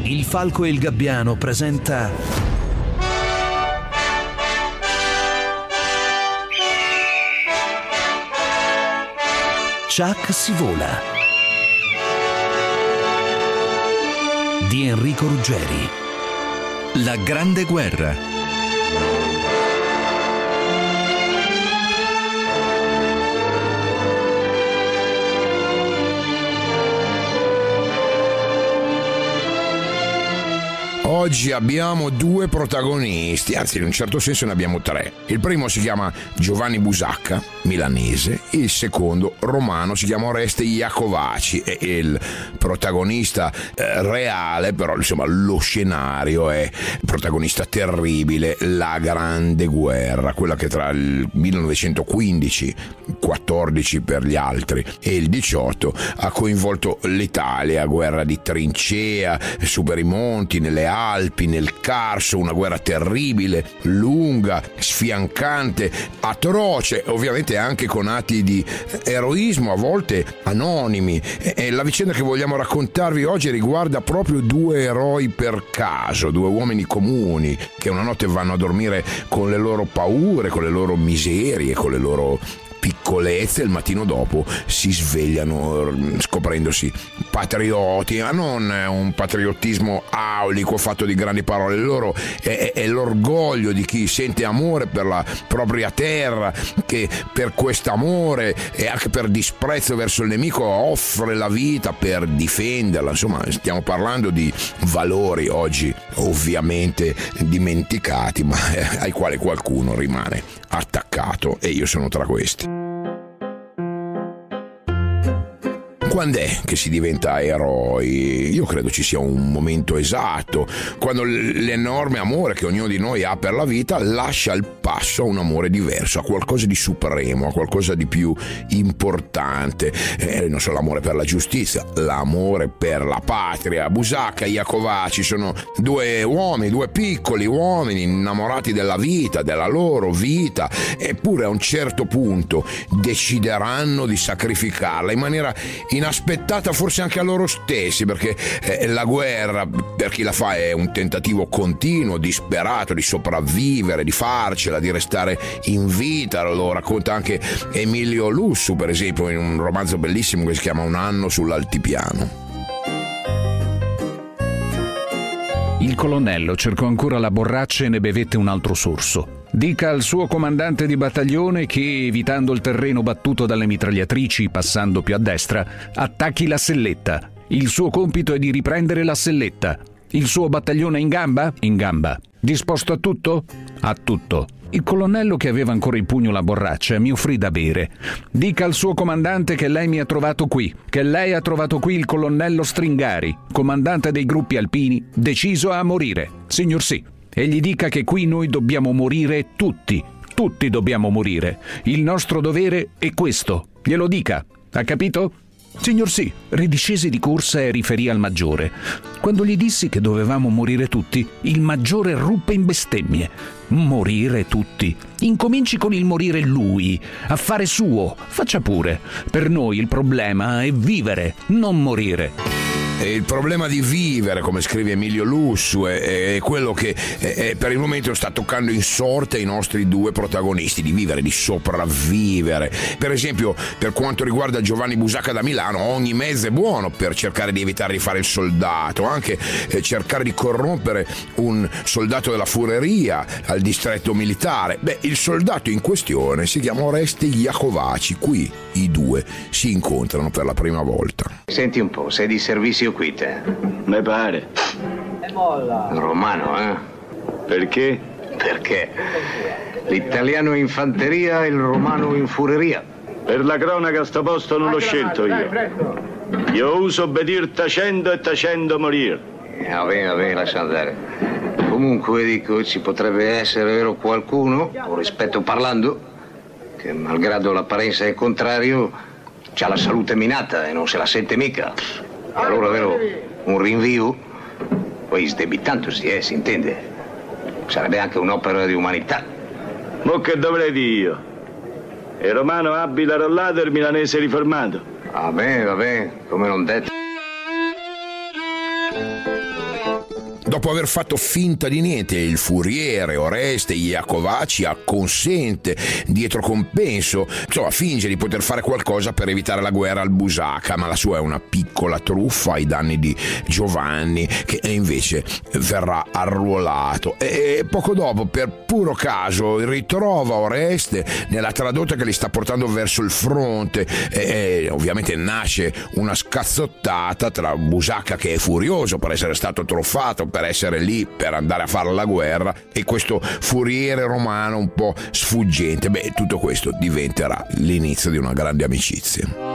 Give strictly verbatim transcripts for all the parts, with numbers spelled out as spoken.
Il Falco e il Gabbiano presenta Chuck si vola di Enrico Ruggeri. La Grande Guerra. Oggi abbiamo due protagonisti, anzi in un certo senso ne abbiamo tre. Il primo si chiama Giovanni Busacca, milanese, il secondo romano si chiama Oreste Iacovaci e il protagonista eh, reale, però insomma lo scenario è protagonista terribile, la Grande Guerra, quella che tra il millenovecentoquindici, quattordici per gli altri, e il diciotto ha coinvolto l'Italia, guerra di trincea, su per i monti, nelle Alpi, nel Carso, una guerra terribile, lunga, sfiancante, atroce, ovviamente anche con atti di eroismo, a volte anonimi. E la vicenda che vogliamo raccontarvi oggi riguarda proprio due eroi per caso, due uomini comuni che una notte vanno a dormire con le loro paure, con le loro miserie, con le loro piccolezze, il mattino dopo si svegliano scoprendosi patrioti, ma non un patriottismo aulico fatto di grandi parole. Loro è, è l'orgoglio di chi sente amore per la propria terra, che per quest'amore e anche per disprezzo verso il nemico offre la vita per difenderla. Insomma, stiamo parlando di valori oggi ovviamente dimenticati, ma ai quali qualcuno rimane attaccato, e io sono tra questi. Quando è che si diventa eroi? Io credo ci sia un momento esatto, quando l'enorme amore che ognuno di noi ha per la vita lascia il passo a un amore diverso, a qualcosa di supremo, a qualcosa di più importante. Eh, non solo l'amore per la giustizia, l'amore per la patria. Busacca e Iacovaci sono due uomini, due piccoli uomini innamorati della vita, della loro vita, eppure a un certo punto decideranno di sacrificarla in maniera inaspettata, forse anche a loro stessi, perché eh, la guerra per chi la fa è un tentativo continuo, disperato di sopravvivere, di farcela, di restare in vita. Lo racconta anche Emilio Lussu, per esempio, in un romanzo bellissimo che si chiama Un anno sull'altipiano. Il colonnello cercò ancora la borraccia e ne bevette un altro sorso. Dica al suo comandante di battaglione che, evitando il terreno battuto dalle mitragliatrici, passando più a destra, attacchi la selletta. Il suo compito è di riprendere la selletta. Il suo battaglione è in gamba? In gamba. Disposto a tutto? A tutto. Il colonnello, che aveva ancora in pugno la borraccia, mi offrì da bere. Dica al suo comandante che lei mi ha trovato qui, che lei ha trovato qui il colonnello Stringari, comandante dei gruppi alpini, deciso a morire. Signor sì. E gli dica che qui noi dobbiamo morire tutti, tutti dobbiamo morire. Il nostro dovere è questo. Glielo dica. Ha capito? Signor sì. Ridiscesi di corsa e riferì al maggiore. Quando gli dissi che dovevamo morire tutti, il maggiore ruppe in bestemmie. Morire tutti? Incominci con il morire lui, affare suo, faccia pure. Per noi il problema è vivere, non morire. E il problema di vivere, come scrive Emilio Lussu, è, è quello che è, per il momento sta toccando in sorte ai nostri due protagonisti, di vivere, di sopravvivere. Per esempio, per quanto riguarda Giovanni Busacca da Milano, ogni mezzo è buono per cercare di evitare di fare il soldato, anche eh, cercare di corrompere un soldato della Fureria al distretto militare. Beh, il soldato in questione si chiama Oreste Iacovaci. Qui i due si incontrano per la prima volta. Senti un po', sei di servizio qui te? Me pare. Romano, eh? Perché? Perché? L'italiano in fanteria e il romano in fureria. Per la cronaca sto posto non l'ho scelto io. Io uso obbedir tacendo e tacendo morir. Va bene, va bene, lascia andare. Comunque dico, ci potrebbe essere vero qualcuno, con rispetto parlando, che malgrado l'apparenza è contrario, c'ha la salute minata e non se la sente mica. E allora, vero, un rinvio, poi sdebitandosi, eh, si intende. Sarebbe anche un'opera di umanità. Mo che dovrei dire io? Il romano abile arrollato e il milanese riformato. Va bene, va bene, come non detto. Dopo aver fatto finta di niente, il furiere Oreste Iacovaci acconsente dietro compenso, insomma finge di poter fare qualcosa per evitare la guerra al Busacca, ma la sua è una piccola truffa ai danni di Giovanni, che invece verrà arruolato. E poco dopo, per puro caso, ritrova Oreste nella tradotta che li sta portando verso il fronte, e ovviamente nasce una scazzottata tra Busacca, che è furioso per essere stato truffato, per essere lì per andare a fare la guerra, e questo furiere romano un po' sfuggente. Beh, tutto questo diventerà l'inizio di una grande amicizia.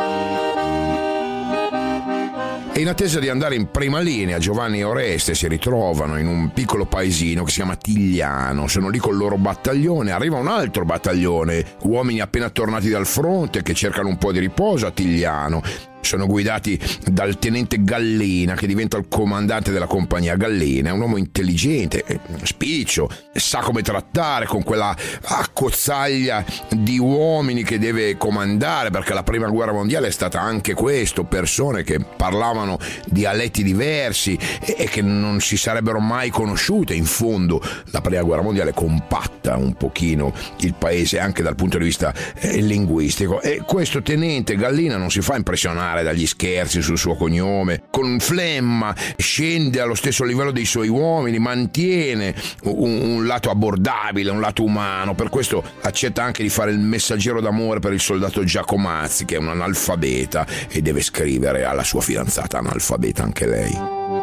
E in attesa di andare in prima linea, Giovanni e Oreste si ritrovano in un piccolo paesino che si chiama Tigliano. Sono lì col loro battaglione, arriva un altro battaglione, uomini appena tornati dal fronte che cercano un po' di riposo a Tigliano. Sono guidati dal tenente Gallina, che diventa il comandante della compagnia. Gallina è un uomo intelligente, spiccio, sa come trattare con quella accozzaglia di uomini che deve comandare, perché la prima guerra mondiale è stata anche questo, persone che parlavano dialetti diversi e che non si sarebbero mai conosciute. In fondo la prima guerra mondiale compatta un pochino il paese anche dal punto di vista eh, linguistico, e questo tenente Gallina non si fa impressionare dagli scherzi sul suo cognome, con flemma scende allo stesso livello dei suoi uomini, mantiene un, un lato abbordabile, un lato umano. Per questo accetta anche di fare il messaggero d'amore per il soldato Giacomazzi, che è un analfabeta e deve scrivere alla sua fidanzata analfabeta anche lei.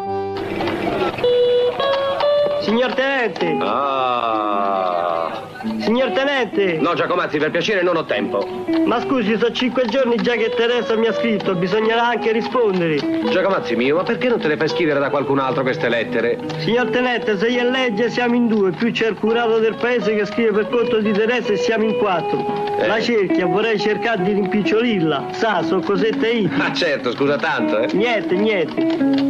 Signor tenente! Ah! Signor tenente! No, Giacomazzi, per piacere non ho tempo. Ma scusi, sono cinque giorni già che Teresa mi ha scritto, bisognerà anche rispondere. Giacomazzi mio, ma perché non te le fai scrivere da qualcun altro queste lettere? Signor tenente, se io e legge siamo in due, più c'è il curato del paese che scrive per conto di Teresa e siamo in quattro. Eh. La cerchia, vorrei cercare di rimpicciorirla. Sa, sono cosette intime. Ah certo, scusa tanto, eh. Niente, niente.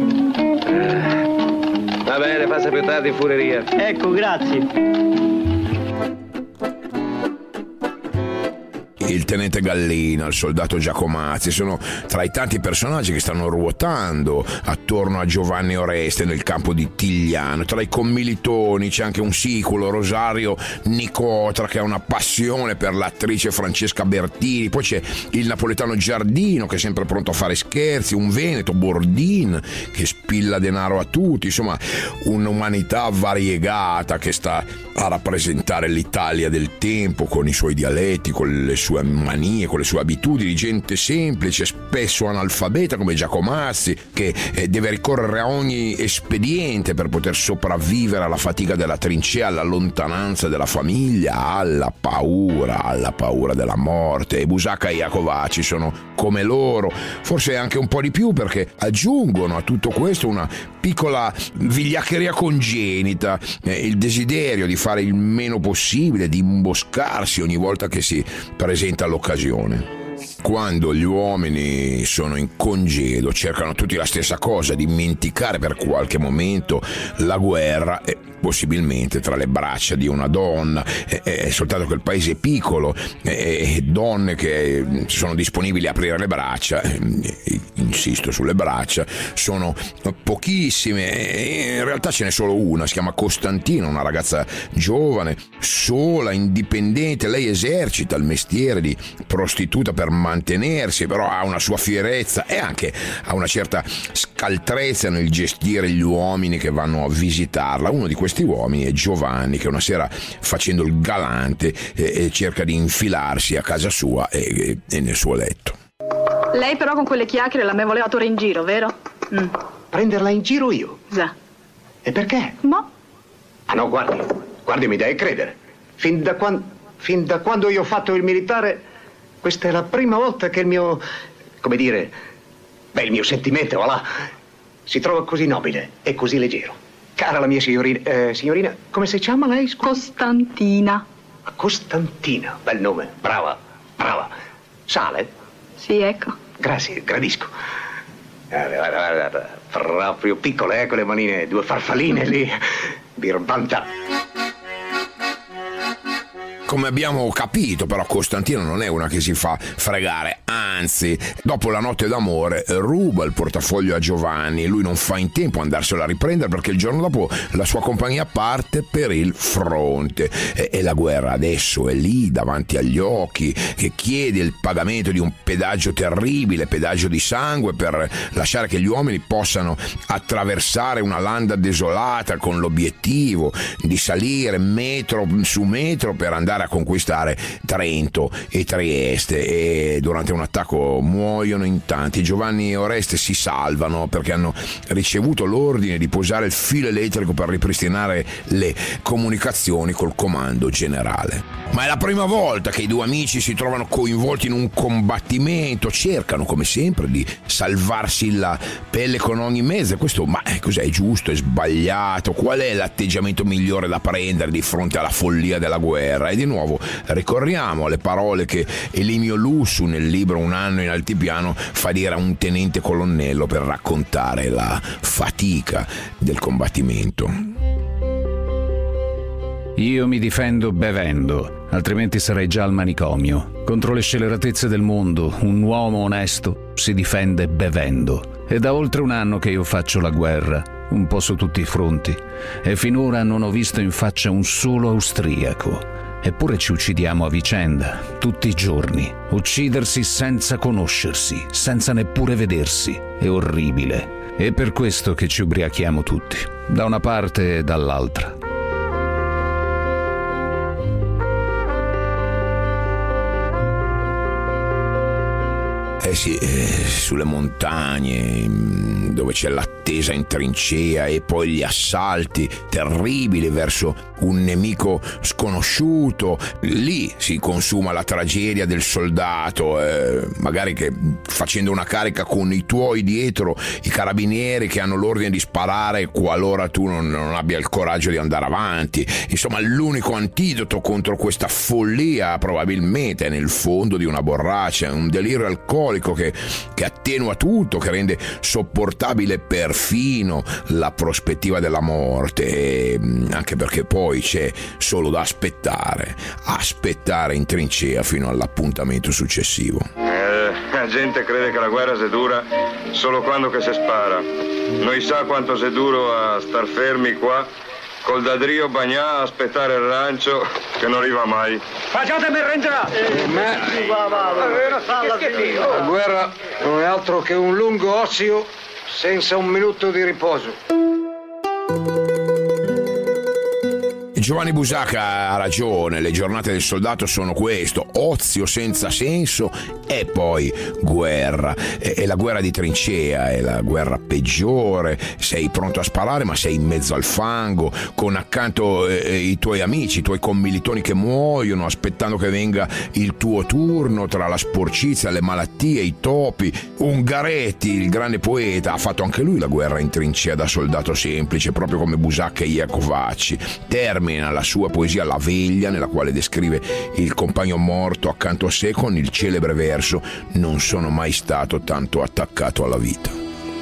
Va bene, fa sempre tardi in fureria. Ecco, grazie. Il tenente Gallina, il soldato Giacomazzi sono tra i tanti personaggi che stanno ruotando attorno a Giovanni Oreste nel campo di Tigliano. Tra i commilitoni c'è anche un siculo, Rosario Nicotra, che ha una passione per l'attrice Francesca Bertini. Poi c'è il napoletano Giardino, che è sempre pronto a fare scherzi, un veneto, Bordin, che spilla denaro a tutti. Insomma, un'umanità variegata che sta a rappresentare l'Italia del tempo, con i suoi dialetti, con le sue manie, con le sue abitudini, gente semplice, spesso analfabeta come Giacomazzi, che eh, deve ricorrere a ogni espediente per poter sopravvivere alla fatica della trincea, alla lontananza della famiglia, alla paura, alla paura della morte. E Busacca e Iacovaci sono come loro, forse anche un po' di più, perché aggiungono a tutto questo una piccola vigliaccheria congenita, eh, il desiderio di fare il meno possibile, di imboscarsi ogni volta che si presenta l'occasione. Quando gli uomini sono in congedo cercano tutti la stessa cosa, dimenticare per qualche momento la guerra e possibilmente tra le braccia di una donna. È, è soltanto che il paese è piccolo e donne che sono disponibili a aprire le braccia, insisto sulle braccia, sono pochissime. E in realtà ce n'è solo una, si chiama Costantina, una ragazza giovane, sola, indipendente. Lei esercita il mestiere di prostituta per mantenersi, però ha una sua fierezza e anche ha una certa scaltrezza nel gestire gli uomini che vanno a visitarla. Uno di questi uomini è Giovanni, che una sera, facendo il galante, eh, cerca di infilarsi a casa sua e, e nel suo letto. Lei però con quelle chiacchiere la me voleva torre in giro, vero? Mm. Prenderla in giro io? Già. E perché? Ma? Ah no, guardi, guardi, mi dai a credere. Fin da, quando, fin da quando io ho fatto il militare, questa è la prima volta che il mio, come dire, beh, il mio sentimento, voilà, si trova così nobile e così leggero. Cara la mia signorina, eh, signorina, come si chiama lei? Scusa? Costantina. Costantina, bel nome, brava, brava. Sale? Sì, ecco. Grazie, gradisco. Guarda, guarda, guarda, proprio piccole, eh, con le manine, due farfalline lì, birbanta. come abbiamo capito, però Costantino non è una che si fa fregare, anzi, dopo la notte d'amore ruba il portafoglio a Giovanni. Lui non fa in tempo a andarselo a riprendere perché il giorno dopo la sua compagnia parte per il fronte e, e la guerra adesso è lì davanti agli occhi, che chiede il pagamento di un pedaggio terribile, pedaggio di sangue, per lasciare che gli uomini possano attraversare una landa desolata con l'obiettivo di salire metro su metro per andare a conquistare Trento e Trieste. E durante un attacco muoiono in tanti. Giovanni e Oreste si salvano perché hanno ricevuto l'ordine di posare il filo elettrico per ripristinare le comunicazioni col comando generale. Ma è la prima volta che i due amici si trovano coinvolti in un combattimento, cercano come sempre di salvarsi la pelle con ogni mezzo. Questo, ma cos'è, giusto, è sbagliato? Qual è l'atteggiamento migliore da prendere di fronte alla follia della guerra? E di nuovo ricorriamo alle parole che Elimio Lussu nel libro Un anno in altipiano fa dire a un tenente colonnello per raccontare la fatica del combattimento. Io mi difendo bevendo, altrimenti sarei già al manicomio. Contro le scelleratezze del mondo, un uomo onesto si difende bevendo. È da oltre un anno che io faccio la guerra, un po' su tutti i fronti, e finora non ho visto in faccia un solo austriaco. Eppure ci uccidiamo a vicenda, tutti i giorni. Uccidersi senza conoscersi, senza neppure vedersi, è orribile. È per questo che ci ubriachiamo tutti, da una parte e dall'altra. Eh sì, eh, sulle montagne dove c'è l'attesa in trincea e poi gli assalti terribili verso un nemico sconosciuto, lì si consuma la tragedia del soldato, eh, magari che facendo una carica con i tuoi dietro, i carabinieri che hanno l'ordine di sparare qualora tu non, non abbia il coraggio di andare avanti. Insomma, l'unico antidoto contro questa follia probabilmente è nel fondo di una borraccia, un delirio alcolico Che, che attenua tutto, che rende sopportabile perfino la prospettiva della morte, e anche perché poi c'è solo da aspettare, aspettare in trincea fino all'appuntamento successivo. Eh, la gente crede che la guerra sia dura solo quando che si spara. Noi sa quanto sia duro a star fermi qua col dadrio bagnà a aspettare il rancio che non arriva mai. Facciatemi arrangiare! Ma la guerra non è altro che un lungo ozio senza un minuto di riposo. Giovanni Busacca ha ragione, le giornate del soldato sono questo, ozio senza senso e poi guerra. E la guerra di trincea è la guerra peggiore, sei pronto a sparare ma sei in mezzo al fango, con accanto eh, i tuoi amici, i tuoi commilitoni che muoiono, aspettando che venga il tuo turno, tra la sporcizia, le malattie, i topi. Ungaretti, il grande poeta, ha fatto anche lui la guerra in trincea da soldato semplice, proprio come Busacca e Iacovacci. Termina la sua poesia La veglia, nella quale descrive il compagno morto accanto a sé con il celebre verso: non sono mai stato tanto attaccato alla vita.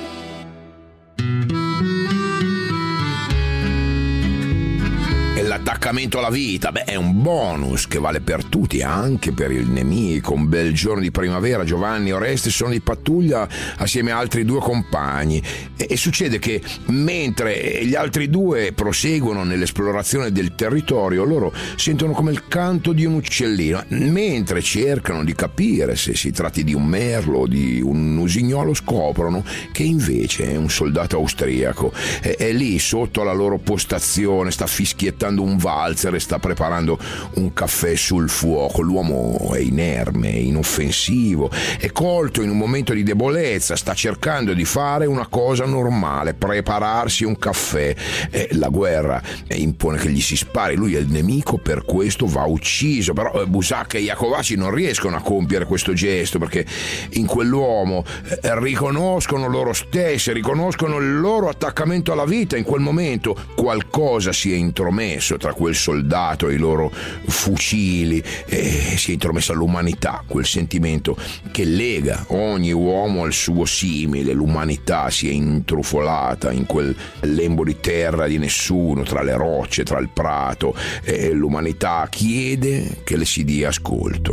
L'attaccamento alla vita, beh, è un bonus che vale per tutti, anche per il nemico. Un bel giorno di primavera, Giovanni e Oreste sono di pattuglia assieme a altri due compagni e, e succede che mentre gli altri due proseguono nell'esplorazione del territorio, loro sentono come il canto di un uccellino. Mentre cercano di capire se si tratti di un merlo o di un usignolo, scoprono che invece è un soldato austriaco. È, è lì sotto la loro postazione, sta fischiettando un valzer e sta preparando un caffè sul fuoco. L'uomo è inerme, inoffensivo, è colto in un momento di debolezza, sta cercando di fare una cosa normale, prepararsi un caffè. E la guerra impone che gli si spari, lui è il nemico, per questo va ucciso. Però Busacca e Iacovacci non riescono a compiere questo gesto, perché in quell'uomo riconoscono loro stessi, riconoscono il loro attaccamento alla vita. In quel momento qualcosa si è intromesso tra quel soldato e i loro fucili e si è intromessa l'umanità, quel sentimento che lega ogni uomo al suo simile. L'umanità si è intrufolata in quel lembo di terra di nessuno, tra le rocce, tra il prato, e l'umanità chiede che le si dia ascolto.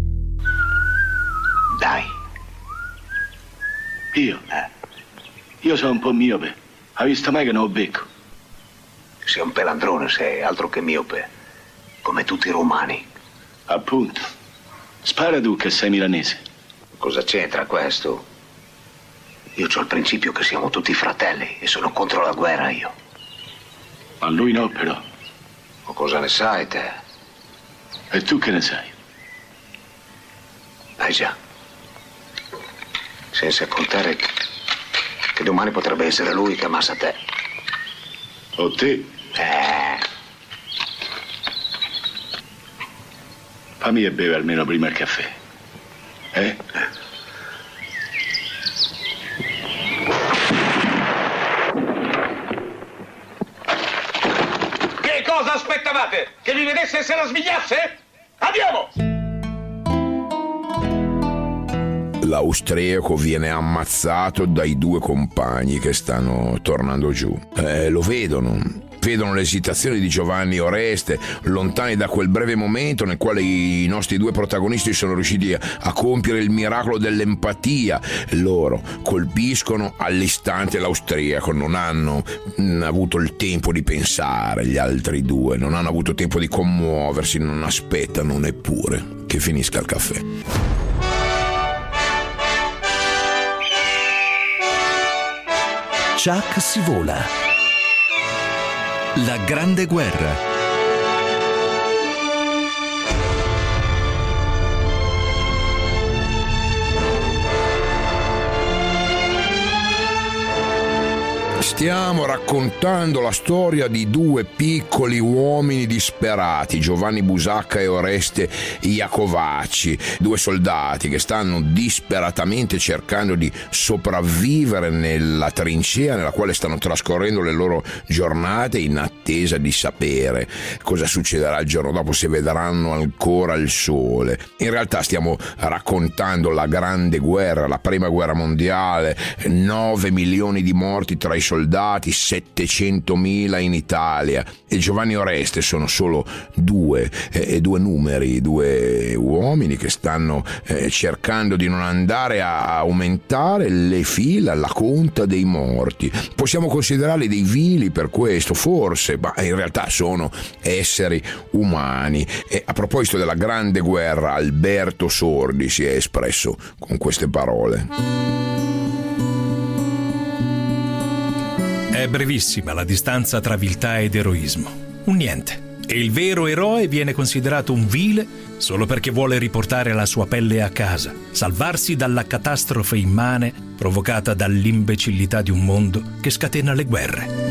Dai. Io? Eh. Io sono un po' miope. Hai visto mai che non ho becco? Sei un pelandrone, sei altro che miope. Come tutti i romani. Appunto. Spara tu che sei milanese. Cosa c'entra questo? Io c'ho il principio che siamo tutti fratelli e sono contro la guerra io. Ma lui no, però. Ma cosa ne sai te? E tu che ne sai? Eh già. Senza contare che domani potrebbe essere lui che ammassa te. O te? Eh. Fammi e beve almeno prima il caffè. Eh? Che cosa aspettavate? Che vi vedesse e se la svegliasse? Andiamo! L'austriaco viene ammazzato dai due compagni che stanno tornando giù. Eh, lo vedono, vedono l'esitazione di Giovanni Oreste, lontani da quel breve momento nel quale i nostri due protagonisti sono riusciti a, a compiere il miracolo dell'empatia. Loro colpiscono all'istante l'austriaco, non hanno mh, avuto il tempo di pensare, gli altri due non hanno avuto tempo di commuoversi, non aspettano neppure che finisca il caffè. Chuck si vola. La grande guerra. Stiamo raccontando la storia di due piccoli uomini disperati, Giovanni Busacca e Oreste Iacovacci, due soldati che stanno disperatamente cercando di sopravvivere nella trincea nella quale stanno trascorrendo le loro giornate in attesa di sapere cosa succederà il giorno dopo, se vedranno ancora il sole. In realtà stiamo raccontando la grande guerra, la prima guerra mondiale, nove milioni di morti tra i soldati, settecentomila in Italia, e Giovanni Oreste sono solo due, eh, due numeri, due uomini che stanno eh, cercando di non andare a aumentare le fila, la conta dei morti. Possiamo considerarli dei vili per questo, forse, ma in realtà sono esseri umani. E a proposito della grande guerra, Alberto Sordi si è espresso con queste parole. È brevissima la distanza tra viltà ed eroismo. Un niente. E il vero eroe viene considerato un vile solo perché vuole riportare la sua pelle a casa, salvarsi dalla catastrofe immane provocata dall'imbecillità di un mondo che scatena le guerre.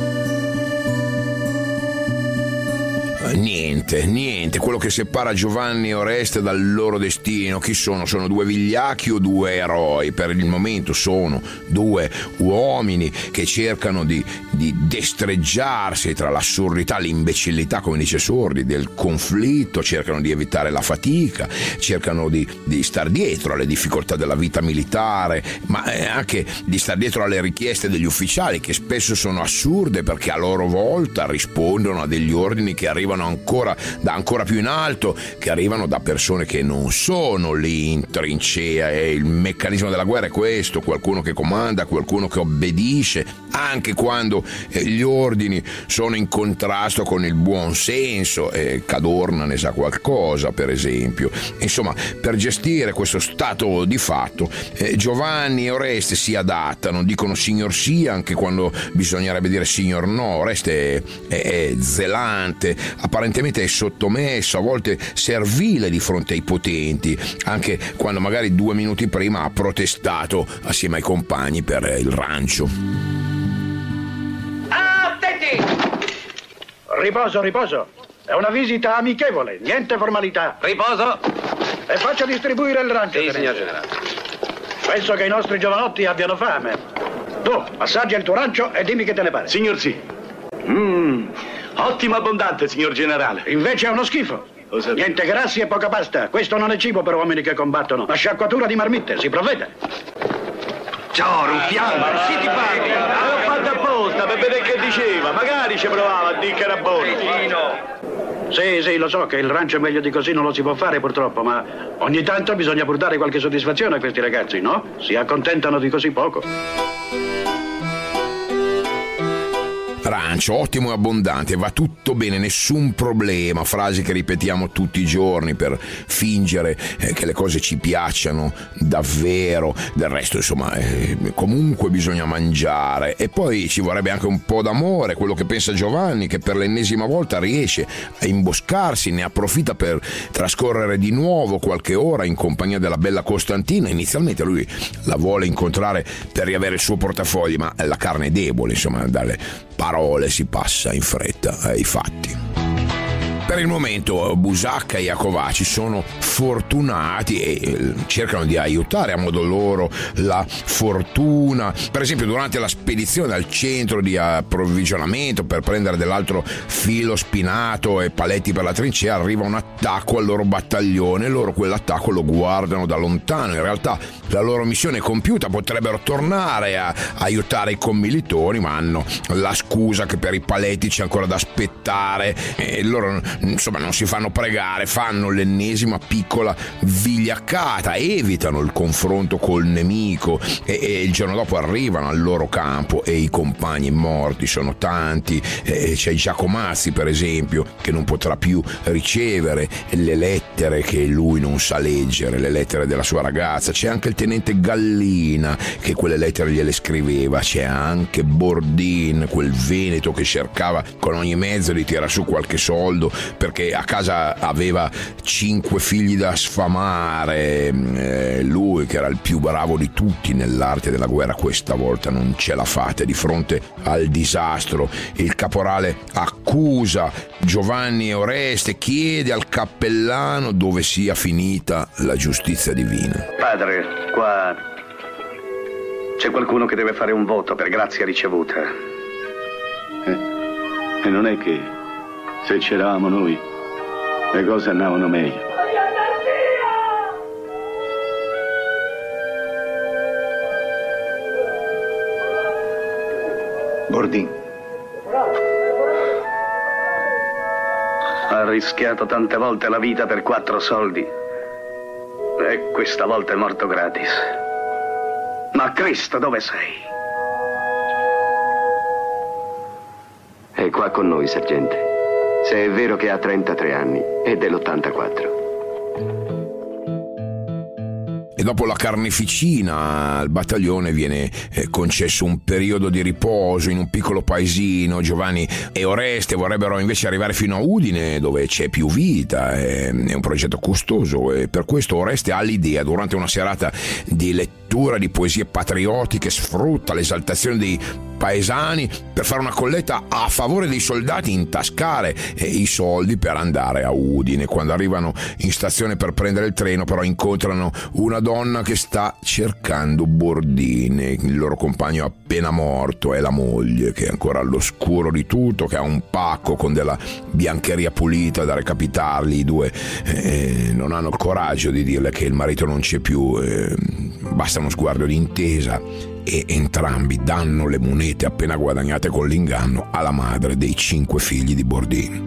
Niente, niente, quello che separa Giovanni e Oreste dal loro destino. Chi sono? Sono due vigliacchi o due eroi? Per il momento sono due uomini che cercano di, di destreggiarsi tra l'assurdità, l'imbecillità, come dice Sordi, del conflitto, cercano di evitare la fatica, cercano di, di star dietro alle difficoltà della vita militare, ma anche di star dietro alle richieste degli ufficiali, che spesso sono assurde perché a loro volta rispondono a degli ordini che arrivano ancora da ancora più in alto, che arrivano da persone che non sono lì in trincea. E il meccanismo della guerra è questo: qualcuno che comanda, qualcuno che obbedisce, anche quando eh, gli ordini sono in contrasto con il buon senso. eh, Cadorna ne sa qualcosa, per esempio. Insomma, per gestire questo stato di fatto, eh, Giovanni e Oreste si adattano, dicono signor sì anche quando bisognerebbe dire signor no. Oreste è, è, è zelante, apparentemente è sottomesso, a volte servile di fronte ai potenti, anche quando magari due minuti prima ha protestato assieme ai compagni per il rancio. Attenti! Riposo, riposo. È una visita amichevole, niente formalità. Riposo. E faccio distribuire il rancio. Sì, signor generale. Penso che i nostri giovanotti abbiano fame. Tu, assaggia il tuo rancio e dimmi che te ne pare. Signor sì. Mmm, Ottimo abbondante, signor generale. Invece è uno schifo. Niente grassi e poca pasta. Questo non è cibo per uomini che combattono, ma sciacquatura di marmitte, si provvede. Ciao, ruffiano, si ti parli. L'ho fatto apposta per vedere che diceva. Magari ci provava a dire che era buono. Sì, sì, lo so che il rancio meglio di così non lo si può fare purtroppo, ma ogni tanto bisogna pur dare qualche soddisfazione a questi ragazzi, no? Si accontentano di così poco. Rancio, ottimo e abbondante, va tutto bene, nessun problema, frasi che ripetiamo tutti i giorni per fingere eh, che le cose ci piacciono davvero. Del resto, insomma, eh, comunque bisogna mangiare, e poi ci vorrebbe anche un po' d'amore, quello che pensa Giovanni, che per l'ennesima volta riesce a imboscarsi, ne approfitta per trascorrere di nuovo qualche ora in compagnia della bella Costantina. Inizialmente lui la vuole incontrare per riavere il suo portafogli, ma la carne è debole, insomma, dalle parole si passa in fretta ai fatti. Per il momento Busacca e Iacovacci sono fortunati e cercano di aiutare a modo loro la fortuna. Per esempio, durante la spedizione al centro di approvvigionamento per prendere dell'altro filo spinato e paletti per la trincea, arriva un attacco al loro battaglione e loro quell'attacco lo guardano da lontano. In realtà la loro missione è compiuta, potrebbero tornare a aiutare i commilitoni, ma hanno la scusa che per i paletti c'è ancora da aspettare e loro, insomma, non si fanno pregare, fanno l'ennesima piccola vigliaccata, evitano il confronto col nemico e, e il giorno dopo arrivano al loro campo e i compagni morti sono tanti. E c'è Giacomazzi, per esempio, che non potrà più ricevere le lettere che lui non sa leggere, le lettere della sua ragazza. C'è anche il tenente Gallina che quelle lettere gliele scriveva, c'è anche Bordin, quel veneto che cercava con ogni mezzo di tirare su qualche soldo perché a casa aveva cinque figli da sfamare. Eh, lui, che era il più bravo di tutti nell'arte della guerra, questa volta non ce la fate. Di fronte al disastro, il caporale accusa Giovanni e Oreste, chiede al cappellano dove sia finita la giustizia divina. Padre, qua c'è qualcuno che deve fare un voto per grazia ricevuta. Eh, e non è che se c'eravamo noi le cose andavano meglio. Bordin. Ha rischiato tante volte la vita per quattro soldi e questa volta è morto gratis. Ma Cristo, dove sei? È qua con noi, sergente. Se è vero che ha trentatré anni, è dell'ottantaquattro. E dopo la carneficina al battaglione viene eh, concesso un periodo di riposo in un piccolo paesino. Giovanni e Oreste vorrebbero invece arrivare fino a Udine, dove c'è più vita. È, è un progetto costoso e per questo Oreste ha l'idea, durante una serata di lettura di poesie patriottiche, sfrutta l'esaltazione dei paesani per fare una colletta a favore dei soldati, intascare eh, i soldi per andare a Udine. Quando arrivano in stazione per prendere il treno, però incontrano una donna che sta cercando Bordin, il loro compagno appena morto, è la moglie che è ancora all'oscuro di tutto, che ha un pacco con della biancheria pulita da recapitarli. I due eh, non hanno il coraggio di dirle che il marito non c'è più, eh, basta uno sguardo di intesa e entrambi danno le monete appena guadagnate con l'inganno alla madre dei cinque figli di Bordin.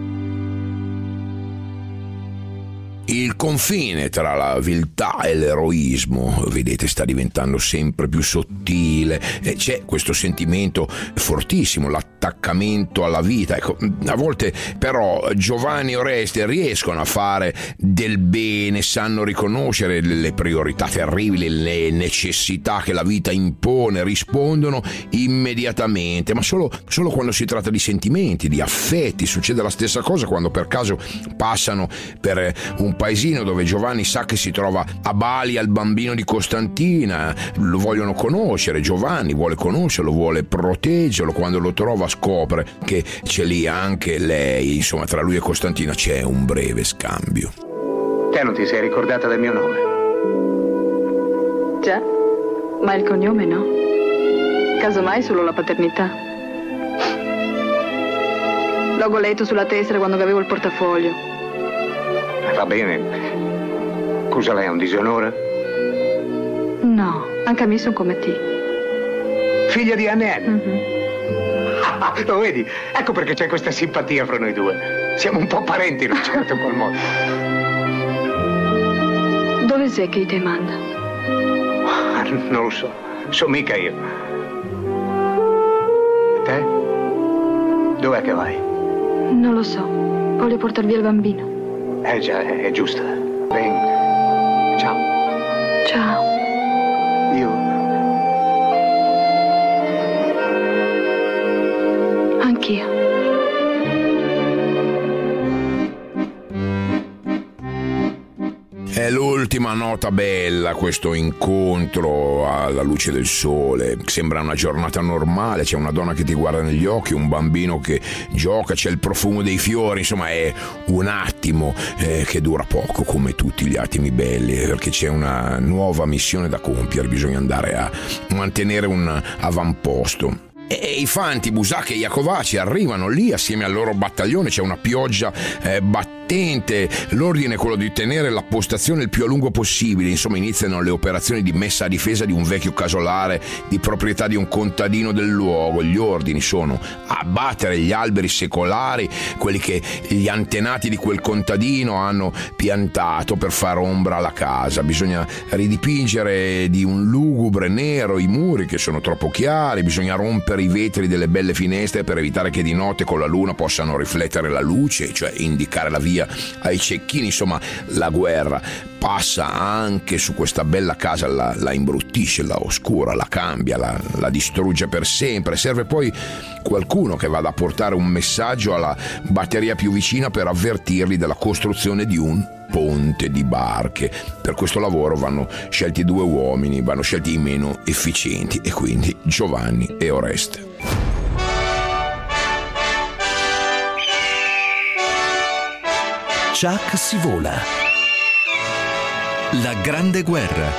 Il confine tra la viltà e l'eroismo, vedete, sta diventando sempre più sottile e c'è questo sentimento fortissimo, l'attaccamento alla vita. Ecco, a volte però Giovanni e Oreste riescono a fare del bene, sanno riconoscere le priorità terribili, le necessità che la vita impone, rispondono immediatamente, ma solo, solo quando si tratta di sentimenti, di affetti. Succede la stessa cosa quando per caso passano per un paesino dove Giovanni sa che si trova a Bali al bambino di Costantina, lo vogliono conoscere, Giovanni vuole conoscerlo, vuole proteggerlo. Quando lo trova scopre che c'è lì anche lei, insomma tra lui e Costantina c'è un breve scambio. Te non ti sei ricordata del mio nome? Già, ma il cognome no. Casomai solo la paternità. L'ho letto sulla tessera quando avevo il portafoglio. Va bene. Scusa, lei è un disonore? No, anche a me sono come te. Figlia di Anne Anne? Mm-hmm. Ah, lo vedi? Ecco perché c'è questa simpatia fra noi due. Siamo un po' parenti in un certo qual modo. Dove sei che ti manda? Ah, non lo so. So mica io. Te? Dov'è che vai? Non lo so. Voglio portar via il bambino. Eh già, è, è giusto. Venga. Ciao. Ciao. Io... Anch'io. È l'ultima nota bella, questo incontro alla luce del sole. Sembra una giornata normale, c'è una donna che ti guarda negli occhi, un bambino che gioca, c'è il profumo dei fiori, insomma è un attimo eh, che dura poco, come tutti gli attimi belli, perché c'è una nuova missione da compiere, bisogna andare a mantenere un avamposto. E i fanti Busacca e Iacovacci arrivano lì assieme al loro battaglione, c'è una pioggia eh, battente, l'ordine è quello di tenere la postazione il più a lungo possibile, insomma iniziano le operazioni di messa a difesa di un vecchio casolare di proprietà di un contadino del luogo. Gli ordini sono abbattere gli alberi secolari, quelli che gli antenati di quel contadino hanno piantato per far ombra alla casa, bisogna ridipingere di un lugubre nero i muri che sono troppo chiari, bisogna rompere i vetri delle belle finestre per evitare che di notte con la luna possano riflettere la luce, cioè indicare la via ai cecchini. Insomma, la guerra passa anche su questa bella casa, la, la imbruttisce, la oscura, la cambia, la, la distrugge per sempre. Serve poi qualcuno che vada a portare un messaggio alla batteria più vicina per avvertirli della costruzione di un ponte di barche. Per questo lavoro vanno scelti due uomini, vanno scelti i meno efficienti, e quindi Giovanni e Oreste. Chuck si vola. La grande guerra.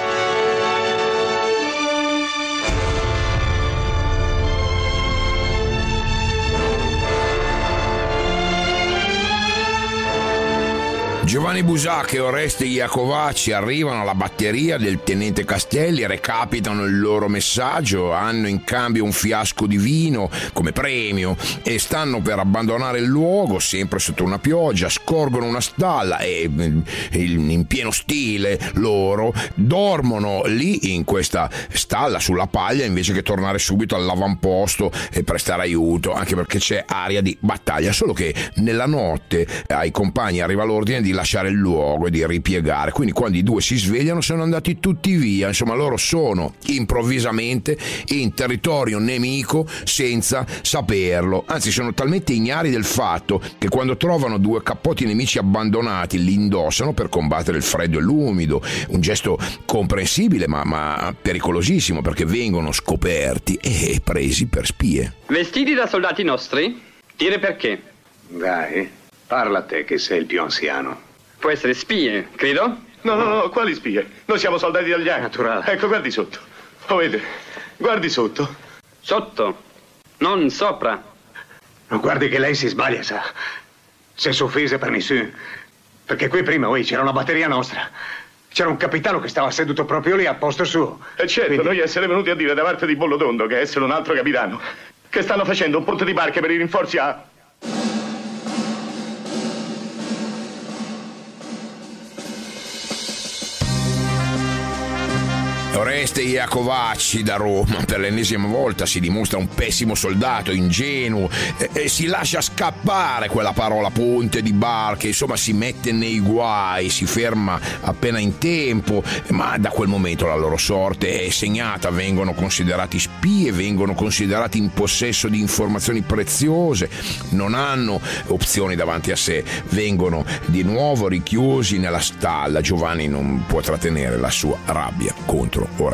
Giovanni Busacca e Oreste Iacovacci arrivano alla batteria del tenente Castelli, recapitano il loro messaggio, hanno in cambio un fiasco di vino come premio e stanno per abbandonare il luogo, sempre sotto una pioggia, scorgono una stalla e in pieno stile loro dormono lì in questa stalla sulla paglia invece che tornare subito all'avamposto e prestare aiuto, anche perché c'è aria di battaglia. Solo che nella notte ai compagni arriva l'ordine di lasciare il luogo e di ripiegare, quindi quando i due si svegliano sono andati tutti via. Insomma, loro sono improvvisamente in territorio nemico senza saperlo, anzi sono talmente ignari del fatto che quando trovano due cappotti nemici abbandonati li indossano per combattere il freddo e l'umido, un gesto comprensibile ma, ma pericolosissimo, perché vengono scoperti e presi per spie. Vestiti da soldati nostri? Dire perché? Dai, parla a te che sei il più anziano. Può essere spie, credo? No, no, no, quali spie? Noi siamo soldati italiani. Naturale. Ecco, guardi sotto. Lo vede? Guardi sotto. Sotto, non sopra. Non guardi che lei si sbaglia, sa. Si è offesa per nessuno. Perché qui prima, oi, c'era una batteria nostra. C'era un capitano che stava seduto proprio lì al posto suo. E certo, quindi... noi essere venuti a dire da parte di Bollotondo, che essere un altro capitano, che stanno facendo un ponte di barche per i rinforzi a... Oreste Iacovacci da Roma per l'ennesima volta si dimostra un pessimo soldato, ingenuo, e, e si lascia scappare quella parola ponte di barche, insomma si mette nei guai, si ferma appena in tempo, ma da quel momento la loro sorte è segnata, vengono considerati spie, vengono considerati in possesso di informazioni preziose, non hanno opzioni davanti a sé, vengono di nuovo richiusi nella stalla. Giovanni non può trattenere la sua rabbia contro Oreste.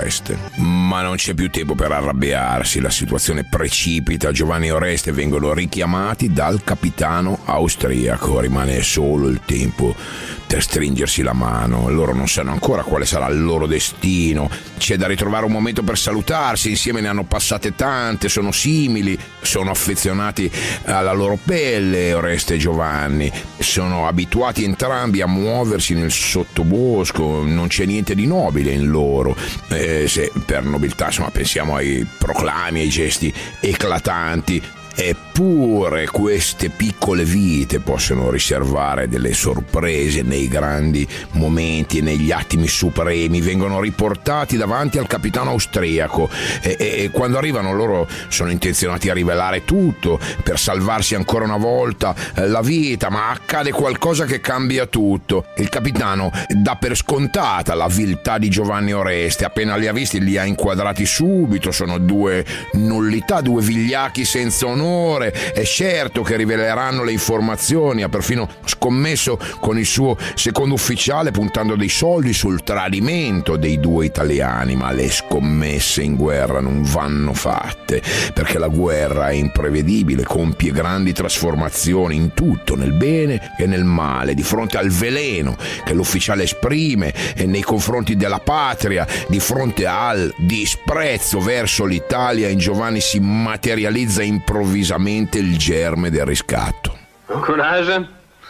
Oreste. Ma non c'è più tempo per arrabbiarsi, la situazione precipita, Giovanni e Oreste vengono richiamati dal capitano austriaco, rimane solo il tempo per stringersi la mano, loro non sanno ancora quale sarà il loro destino, c'è da ritrovare un momento per salutarsi, insieme ne hanno passate tante, sono simili, sono affezionati alla loro pelle, Oreste e Giovanni, sono abituati entrambi a muoversi nel sottobosco, non c'è niente di nobile in loro, eh, se per nobiltà insomma pensiamo ai proclami, ai gesti eclatanti. Eppure queste piccole vite possono riservare delle sorprese nei grandi momenti e negli attimi supremi, vengono riportati davanti al capitano austriaco e, e, e quando arrivano loro sono intenzionati a rivelare tutto per salvarsi ancora una volta eh, la vita, ma accade qualcosa che cambia tutto. Il capitano dà per scontata la viltà di Giovanni e Oreste, appena li ha visti li ha inquadrati subito, sono due nullità, due vigliacchi senza onore. È certo che riveleranno le informazioni, ha perfino scommesso con il suo secondo ufficiale puntando dei soldi sul tradimento dei due italiani, ma le scommesse in guerra non vanno fatte, perché la guerra è imprevedibile, compie grandi trasformazioni in tutto, nel bene e nel male, di fronte al veleno che l'ufficiale esprime e nei confronti della patria, di fronte al disprezzo verso l'Italia, in Giovanni si materializza improvvisamente il germe del riscatto. Coraggio?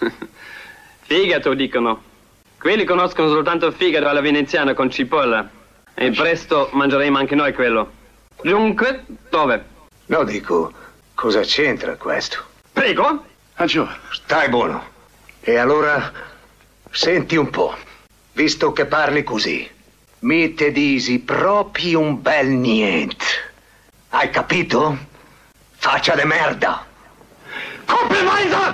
Fegato, dicono. Quelli conoscono soltanto fegato alla veneziana con cipolla. E presto mangeremo anche noi quello. Dunque, dove? No, dico, cosa c'entra questo? Prego? Aggiù. Stai buono. E allora, senti un po'. Visto che parli così, mi te disi proprio un bel niente. Hai capito? Faccia de merda! Compromesso!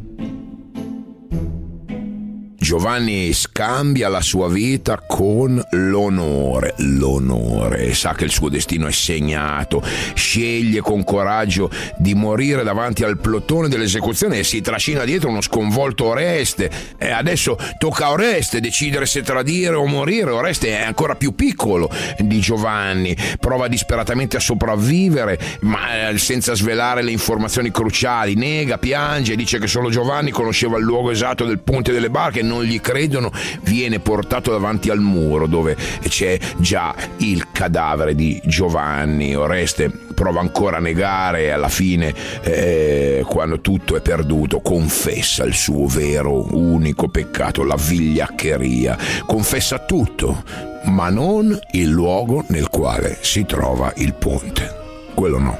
Giovanni scambia la sua vita con l'onore, l'onore, sa che il suo destino è segnato, sceglie con coraggio di morire davanti al plotone dell'esecuzione e si trascina dietro uno sconvolto Oreste e adesso tocca a Oreste decidere se tradire o morire. Oreste è ancora più piccolo di Giovanni, prova disperatamente a sopravvivere ma senza svelare le informazioni cruciali, nega, piange, dice che solo Giovanni conosceva il luogo esatto del ponte delle barche, non gli credono, viene portato davanti al muro dove c'è già il cadavere di Giovanni. Oreste prova ancora a negare e alla fine eh, quando tutto è perduto confessa il suo vero unico peccato, la vigliaccheria, confessa tutto ma non il luogo nel quale si trova il ponte, quello no.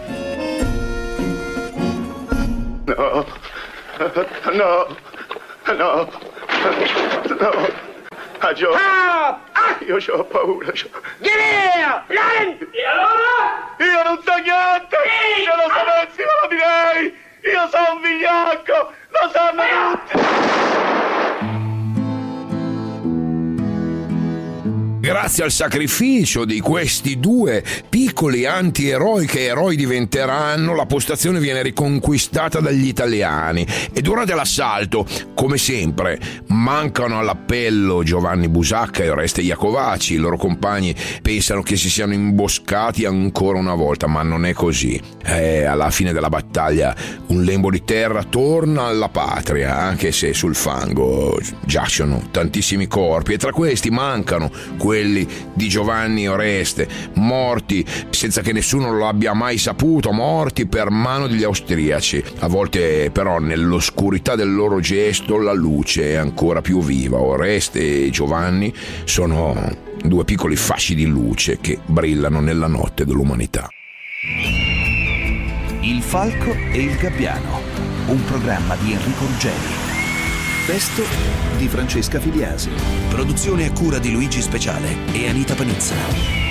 No, no, no. No, Aggiù. Ah! Ah! Io c'ho paura. C'ho... Di via! Vieni! E allora? Io non so niente! Sì! Se lo sapessi ve lo direi! Io sono un vigliacco! Lo sanno tutti! Grazie al sacrificio di questi due piccoli antieroi che eroi diventeranno, la postazione viene riconquistata dagli italiani e durante l'assalto, come sempre, mancano all'appello Giovanni Busacca e Oreste Iacovaci. I loro compagni pensano che si siano imboscati ancora una volta, ma non è così. E alla fine della battaglia un lembo di terra torna alla patria, anche se sul fango giacciono tantissimi corpi e tra questi mancano quelli di Giovanni e Oreste, morti senza che nessuno lo abbia mai saputo, morti per mano degli austriaci. A volte però nell'oscurità del loro gesto la luce è ancora più viva. Oreste e Giovanni sono due piccoli fasci di luce che brillano nella notte dell'umanità. Il Falco e il Gabbiano, un programma di Enrico Ruggeri. Testo di Francesca Filiasi. Produzione a cura di Luigi Speciale e Anita Panizza.